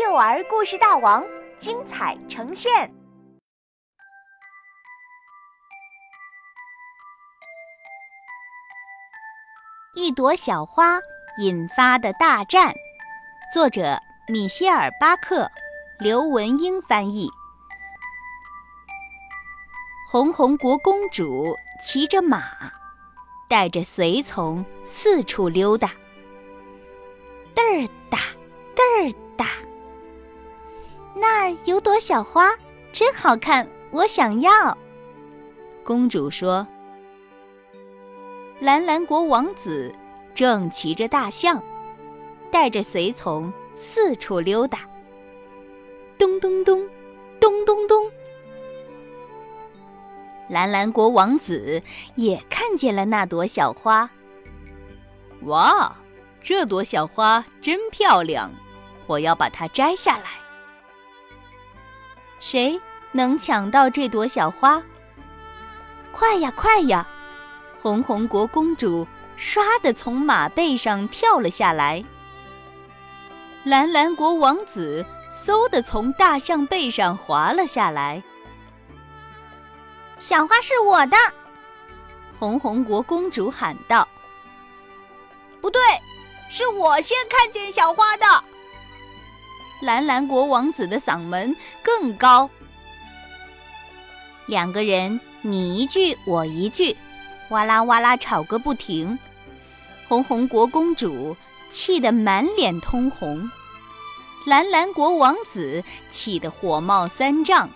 幼儿故事大王精彩呈现。一朵小花引发的大战，作者米歇尔·巴克，刘文英翻译。红红国公主骑着马，带着随从四处溜达。嘚儿哒，嘚儿哒，那儿有朵小花，真好看，我想要。公主说。蓝蓝国王子正骑着大象，带着随从四处溜达。咚咚咚，咚咚咚。蓝蓝国王子也看见了那朵小花。哇，这朵小花真漂亮，我要把它摘下来。谁能抢到这朵小花？快呀，快呀！红红国公主唰地从马背上跳了下来。蓝蓝国王子嗖地从大象背上滑了下来。小花是我的！红红国公主喊道。不对，是我先看见小花的！蓝蓝国王子的嗓门更高。两个人你一句我一句，哇啦哇啦吵个不停。红红国公主气得满脸通红，蓝蓝国王子气得火冒三丈。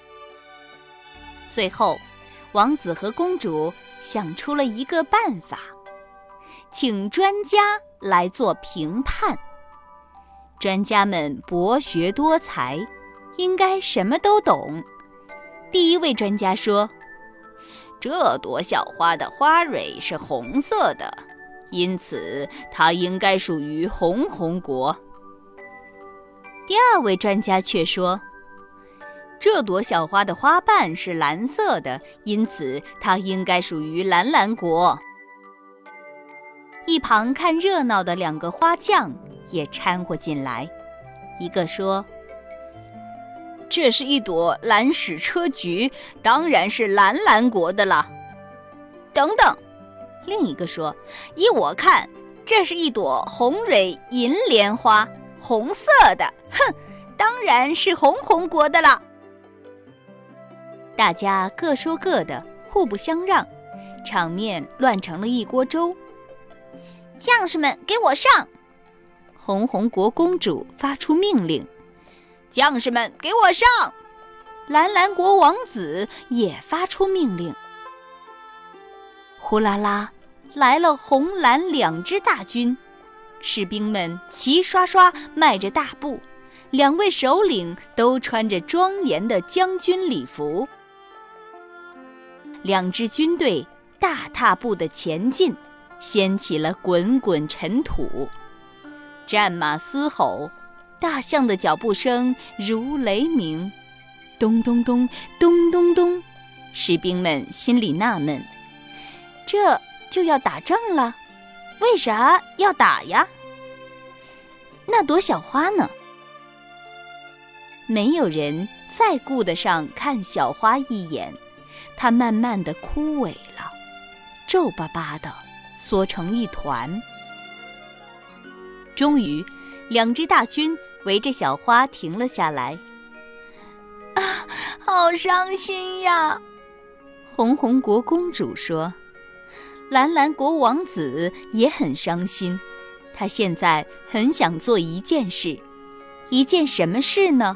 最后，王子和公主想出了一个办法，请专家来做评判。专家们博学多才，应该什么都懂。第一位专家说，这朵小花的花蕊是红色的，因此它应该属于红红国。第二位专家却说，这朵小花的花瓣是蓝色的，因此它应该属于蓝蓝国。一旁看热闹的两个花匠也掺和进来，一个说，这是一朵蓝矢车菊，当然是蓝蓝国的了。等等，另一个说，依我看，这是一朵红蕊银莲花，红色的，哼，当然是红红国的了。大家各说各的，互不相让，场面乱成了一锅粥。将士们，给我上！红红国公主发出命令。将士们，给我上！蓝蓝国王子也发出命令。呼啦啦，来了红蓝两支大军，士兵们齐刷刷迈着大步，两位首领都穿着庄严的将军礼服。两支军队大踏步地前进，掀起了滚滚尘土。战马嘶吼，大象的脚步声如雷鸣，咚咚咚，咚咚咚。士兵们心里纳闷，这就要打仗了？为啥要打呀？那朵小花呢？没有人再顾得上看小花一眼，它慢慢地枯萎了，皱巴巴地缩成一团。终于，两支大军围着小花停了下来。啊，好伤心呀！红红国公主说。蓝蓝国王子也很伤心，他现在很想做一件事。一件什么事呢？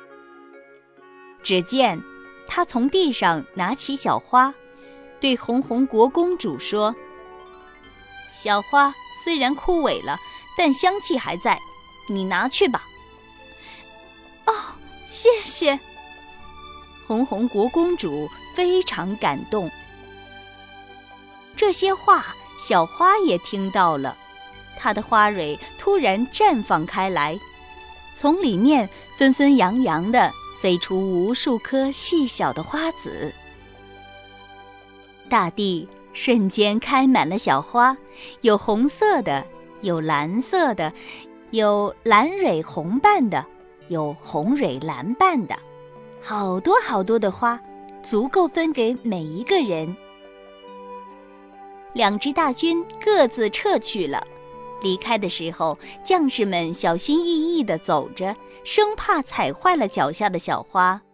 只见他从地上拿起小花，对红红国公主说，小花虽然枯萎了，但香气还在，你拿去吧。哦，谢谢。红红国公主非常感动。这些话小花也听到了，它的花蕊突然绽放开来，从里面纷纷扬扬地飞出无数颗细小的花籽。大地瞬间开满了小花，有红色的，有蓝色的，有蓝蕊红瓣的， 有红蕊蓝瓣的，好多好多的花，足够分给每一个人。2支大军各自撤去了，离开的时候，将士们小心翼翼地走着，生怕踩坏了脚下的小花。